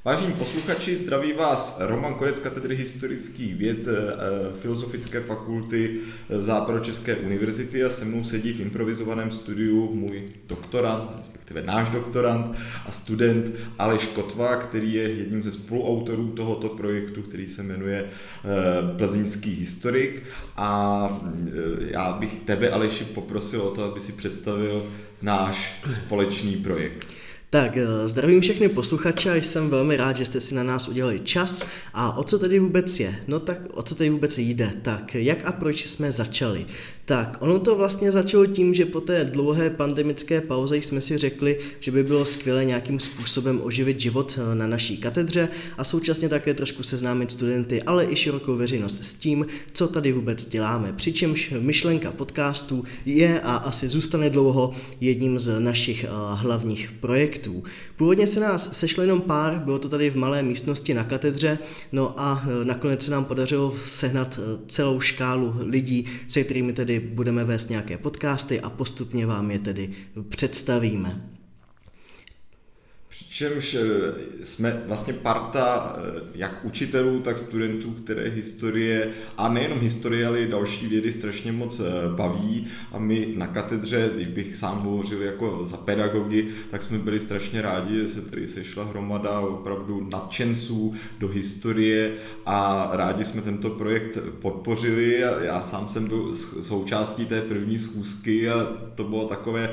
Vážení posluchači, zdraví vás Roman Konec z katedry historických věd Filozofické fakulty Západočeské univerzity a se mnou sedí v improvizovaném studiu můj doktorand, respektive náš doktorand a student Aleš Kotva, který je jedním ze spoluautorů tohoto projektu, který se jmenuje Plzeňský historik. A já bych tebe, Aleši, poprosil o to, aby si představil náš společný projekt. Tak, zdravím všechny posluchače a jsem velmi rád, že jste si na nás udělali čas. A o co tedy vůbec je? No tak o co tedy vůbec jde? Tak jak a proč jsme začali? Tak, ono to vlastně začalo tím, že po té dlouhé pandemické pauze jsme si řekli, že by bylo skvělé nějakým způsobem oživit život na naší katedře a současně také trošku seznámit studenty, ale i širokou veřejnost s tím, co tady vůbec děláme. Přičemž myšlenka podcastů je a asi zůstane dlouho jedním z našich hlavních projektů. Původně se nás sešlo jenom pár, bylo to tady v malé místnosti na katedře, no a nakonec se nám podařilo sehnat celou škálu lidí, se kterými tedy budeme vést nějaké podcasty a postupně vám je tedy představíme. Přičemž jsme vlastně parta jak učitelů, tak studentů, které historie, a nejenom historie, ale i další vědy strašně moc baví. A my na katedře, když bych sám hovořil jako za pedagogy, tak jsme byli strašně rádi, že se tady sešla hromada opravdu nadšenců do historie a rádi jsme tento projekt podpořili. A já sám jsem byl součástí té první schůzky a to bylo takové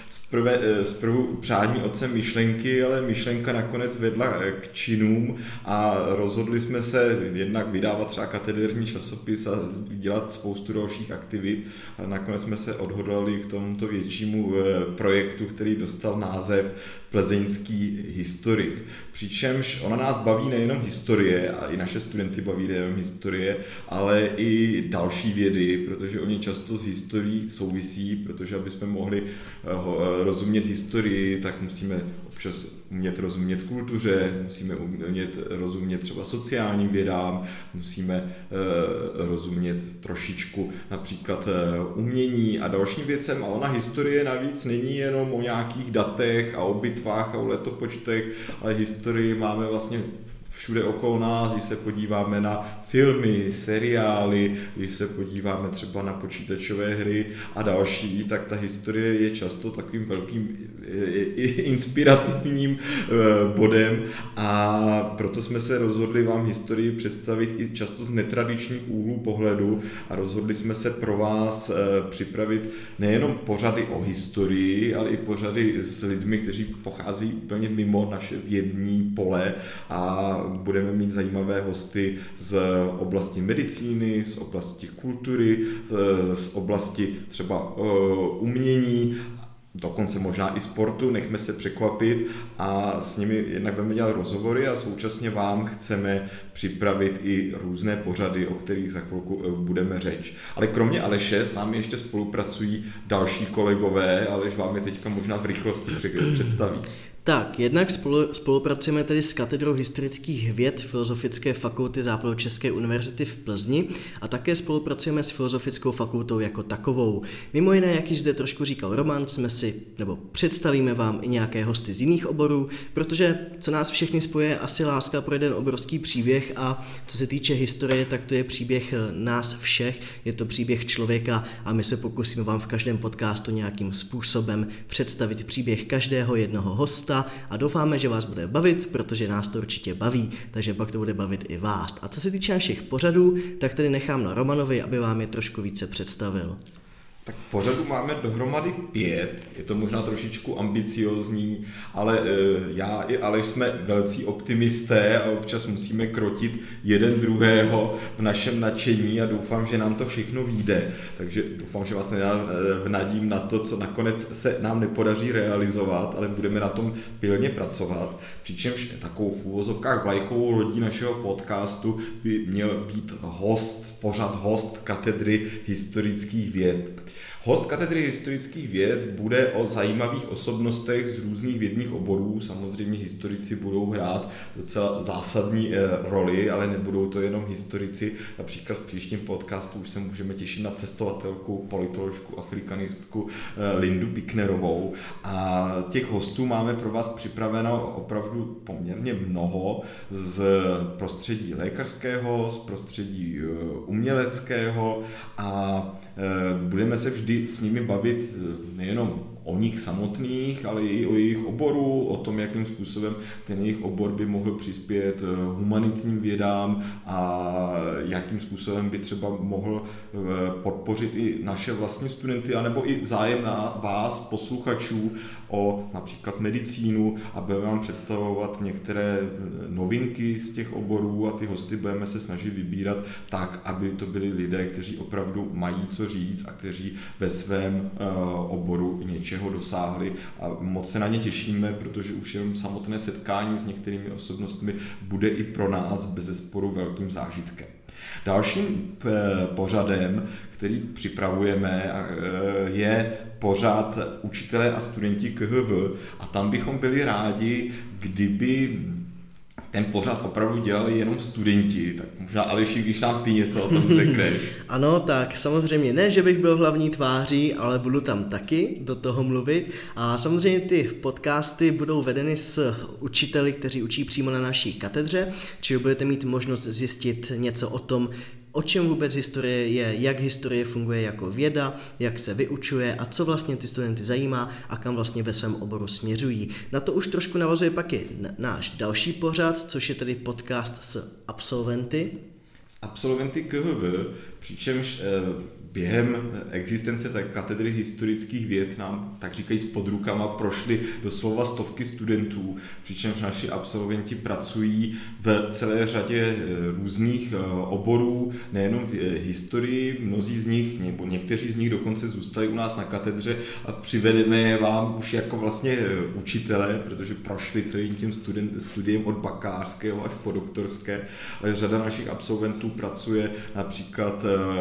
zprvu přání otcem myšlenky, ale myšlenka nakonec vedla k činům a rozhodli jsme se jednak vydávat třeba katederní časopis a dělat spoustu dalších aktivit. A nakonec jsme se odhodlali k tomuto většímu projektu, který dostal název Plzeňský historik. Přičemž ona nás baví nejenom historie a i naše studenty baví nejenom historie, ale i další vědy, protože oni často s historií souvisí, protože aby jsme mohli rozumět historii, tak musíme občas umět rozumět kultuře, musíme umět rozumět třeba sociálním vědám, musíme rozumět trošičku například umění a dalším věcem. A ona historie navíc není jenom o nějakých datech a o bitvách a o letopočtech, ale historii máme vlastně všude okolo nás, když se podíváme na filmy, seriály, když se podíváme třeba na počítačové hry a další, tak ta historie je často takovým velkým inspirativním bodem a proto jsme se rozhodli vám historii představit i často z netradičních úhlů pohledu a rozhodli jsme se pro vás připravit nejenom pořady o historii, ale i pořady s lidmi, kteří pochází úplně mimo naše vědní pole a budeme mít zajímavé hosty z oblasti medicíny, z oblasti kultury, z oblasti třeba umění, dokonce možná i sportu, nechme se překvapit a s nimi jednak budeme dělat rozhovory a současně vám chceme připravit i různé pořady, o kterých za chvilku budeme řeč. Ale kromě Aleše s námi ještě spolupracují další kolegové, Aleš vám je teďka možná v rychlosti představí. Tak, jednak spolupracujeme tedy s katedrou historických věd Filozofické fakulty Západočeské univerzity v Plzni a také spolupracujeme s Filozofickou fakultou jako takovou. Mimo jiné, jak již zde trošku říkal Roman, představíme vám i nějaké hosty z jiných oborů, protože co nás všechny spojí, je asi láska pro jeden obrovský příběh a co se týče historie, tak to je příběh nás všech, je to příběh člověka a my se pokusíme vám v každém podcastu nějakým způsobem představit příběh každého jednoho hosta a doufáme, že vás bude bavit, protože nás to určitě baví, takže pak to bude bavit i vás. A co se týče našich pořadů, tak tedy nechám na Romanovi, aby vám je trošku více představil. Tak pořadu máme dohromady 5, je to možná trošičku ambiciózní, ale já i Aleš jsme velcí optimisté a občas musíme krotit jeden druhého v našem nadšení a doufám, že nám to všechno vyjde. Takže doufám, že vás nevnadím na to, co nakonec se nám nepodaří realizovat, ale budeme na tom pilně pracovat. Přičemž takovou v uvozovkách vlajkovou lodí našeho podcastu by měl být host katedry historických věd. Host katedry historických věd bude o zajímavých osobnostech z různých vědních oborů. Samozřejmě historici budou hrát docela zásadní roli, ale nebudou to jenom historici. Například v příštím podcastu už se můžeme těšit na cestovatelku, politoložku, afrikanistku Lindu Picknerovou. A těch hostů máme pro vás připraveno opravdu poměrně mnoho z prostředí lékařského, z prostředí uměleckého a budeme se vždy s nimi bavit nejenom o nich samotných, ale i o jejich oboru, o tom, jakým způsobem ten jejich obor by mohl přispět humanitním vědám a jakým způsobem by třeba mohl podpořit i naše vlastní studenty, anebo i zájem na vás, posluchačů, o například medicínu a budeme vám představovat některé novinky z těch oborů a ty hosty budeme se snažit vybírat tak, aby to byli lidé, kteří opravdu mají co říct a kteří ve svém oboru něčeho dosáhli a moc se na ně těšíme, protože už jenom samotné setkání s některými osobnostmi bude i pro nás bezesporu velkým zážitkem. Dalším pořadem, který připravujeme, je pořad Učitelé a studenti KHV a tam bychom byli rádi, kdyby ten pořad opravdu dělali jenom studenti, tak možná Aleši, když nám ty něco o tom řekneš. Ano, tak samozřejmě ne, že bych byl hlavní tváří, ale budu tam taky do toho mluvit a samozřejmě ty podcasty budou vedeny s učiteli, kteří učí přímo na naší katedře, čili budete mít možnost zjistit něco o tom, o čem vůbec historie je, jak historie funguje jako věda, jak se vyučuje a co vlastně ty studenty zajímá a kam vlastně ve svém oboru směřují. Na to už trošku navazuje pak i náš další pořad, což je tedy podcast s absolventy. S absolventy KHV, přičemž během existence té katedry historických věd nám, tak říkají, pod rukama prošly doslova stovky studentů, přičemž naši absolventi pracují v celé řadě různých oborů, nejenom v historii, mnozí z nich, nebo někteří z nich dokonce zůstali u nás na katedře a přivedeme je vám už jako vlastně učitele, protože prošli celým tím studiem od bakalářského až po doktorské, ale řada našich absolventů pracuje například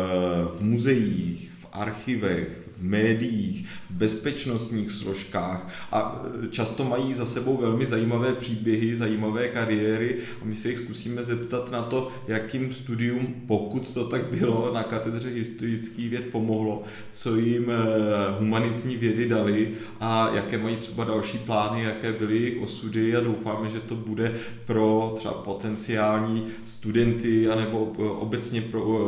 v muzeích, v archivech, v médiích, v bezpečnostních složkách a často mají za sebou velmi zajímavé příběhy, zajímavé kariéry a my se jich zkusíme zeptat na to, jakým studium, pokud to tak bylo, na katedře historických věd pomohlo, co jim humanitní vědy dali a jaké mají třeba další plány, jaké byly jejich osudy a doufáme, že to bude pro třeba potenciální studenty anebo obecně pro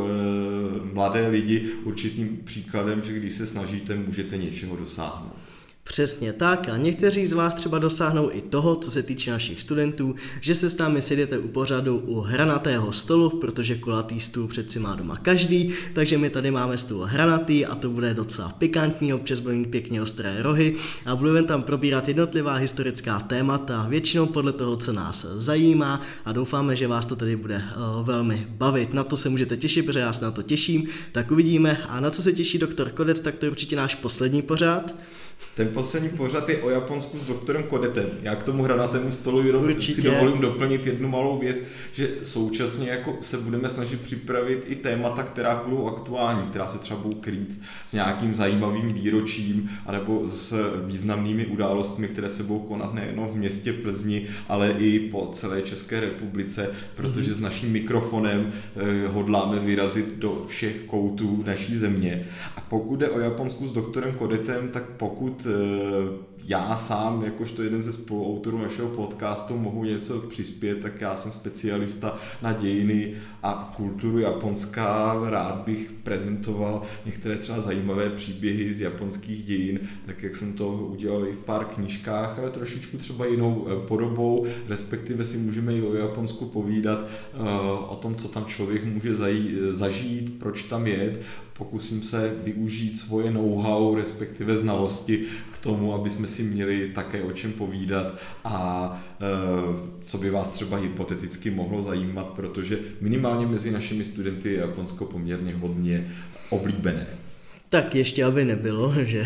mladé lidi určitým příkladem, že když se snažíte, můžete něčeho dosáhnout. Přesně tak a někteří z vás třeba dosáhnou i toho, co se týče našich studentů, že se s námi sejdete u pořadu u hranatého stolu, protože kulatý stůl přeci má doma každý, takže my tady máme stůl hranatý a to bude docela pikantní, občas budeme mít pěkně ostré rohy a budeme tam probírat jednotlivá historická témata, většinou podle toho, co nás zajímá a doufáme, že vás to tady bude velmi bavit. Na to se můžete těšit, protože já se na to těším, tak uvidíme. A na co se těší doktor Kodet, tak to je určitě náš poslední pořad. Ten poslední pořad je o Japonsku s doktorem Kodetem. Já k tomu hranatému stolu jenom si dovolím doplnit jednu malou věc, že současně jako se budeme snažit připravit i témata, která budou aktuální, která se třeba budou krýt s nějakým zajímavým výročím anebo s významnými událostmi, které se budou konat nejenom v městě Plzni, ale i po celé České republice, protože s naším mikrofonem hodláme vyrazit do všech koutů naší země. A pokud jde o Japonsku s doktorem Kodetem, tak pokud já sám, jakožto jeden ze spoluautorů našeho podcastu, mohu něco přispět, tak já jsem specialista na dějiny a kulturu Japonska. Rád bych prezentoval některé třeba zajímavé příběhy z japonských dějin, tak jak jsem to udělal i v pár knížkách, ale trošičku třeba jinou podobou, respektive si můžeme i o Japonsku povídat, o tom, co tam člověk může zažít, proč tam jet. Pokusím se využít svoje know-how, respektive znalosti k tomu, aby jsme si měli také o čem povídat a co by vás třeba hypoteticky mohlo zajímat, protože minimálně mezi našimi studenty je Japonsko poměrně hodně oblíbené. Tak ještě aby nebylo, že?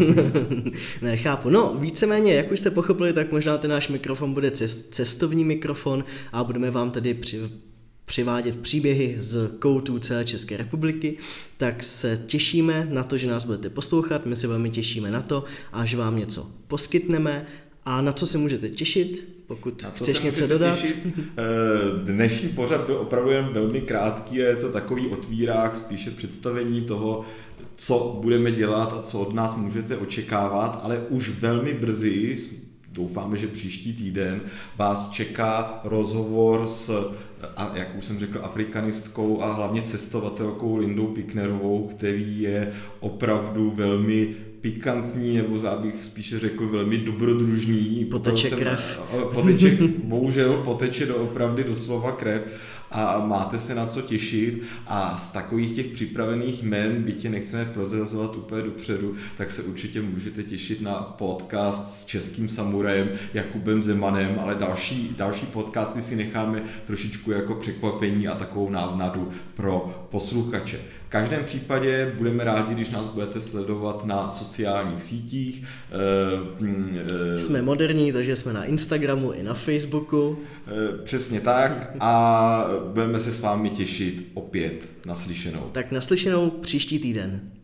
Nechápu. No, víceméně, jak už jste pochopili, tak možná ten náš mikrofon bude cestovní mikrofon a budeme vám tedy přivádět příběhy z koutů celé České republiky, tak se těšíme na to, že nás budete poslouchat, my se velmi těšíme na to a že vám něco poskytneme. A na co se můžete těšit, pokud chceš něco dodat? Dnešní pořad byl opravdu jen velmi krátký a je to takový otvírák, spíše představení toho, co budeme dělat a co od nás můžete očekávat, ale už velmi brzy, doufáme, že příští týden, vás čeká rozhovor s, jak už jsem řekl, afrikanistkou a hlavně cestovatelkou Lindou Piknerovou, který je opravdu velmi pikantní, nebo já bych spíše řekl velmi dobrodružný. Poteče krev. Bohužel poteče doopravdy doslova krev a máte se na co těšit a z takových těch připravených jmen, byť je nechceme prozrazovat úplně dopředu, tak se určitě můžete těšit na podcast s českým samurajem Jakubem Zemanem, ale další podcasty si necháme trošičku jako překvapení a takovou návnadu pro posluchače. V každém případě budeme rádi, když nás budete sledovat na sociálních sítích. Jsme moderní, takže jsme na Instagramu i na Facebooku. Přesně tak a budeme se s vámi těšit opět naslyšenou. Tak naslyšenou příští týden.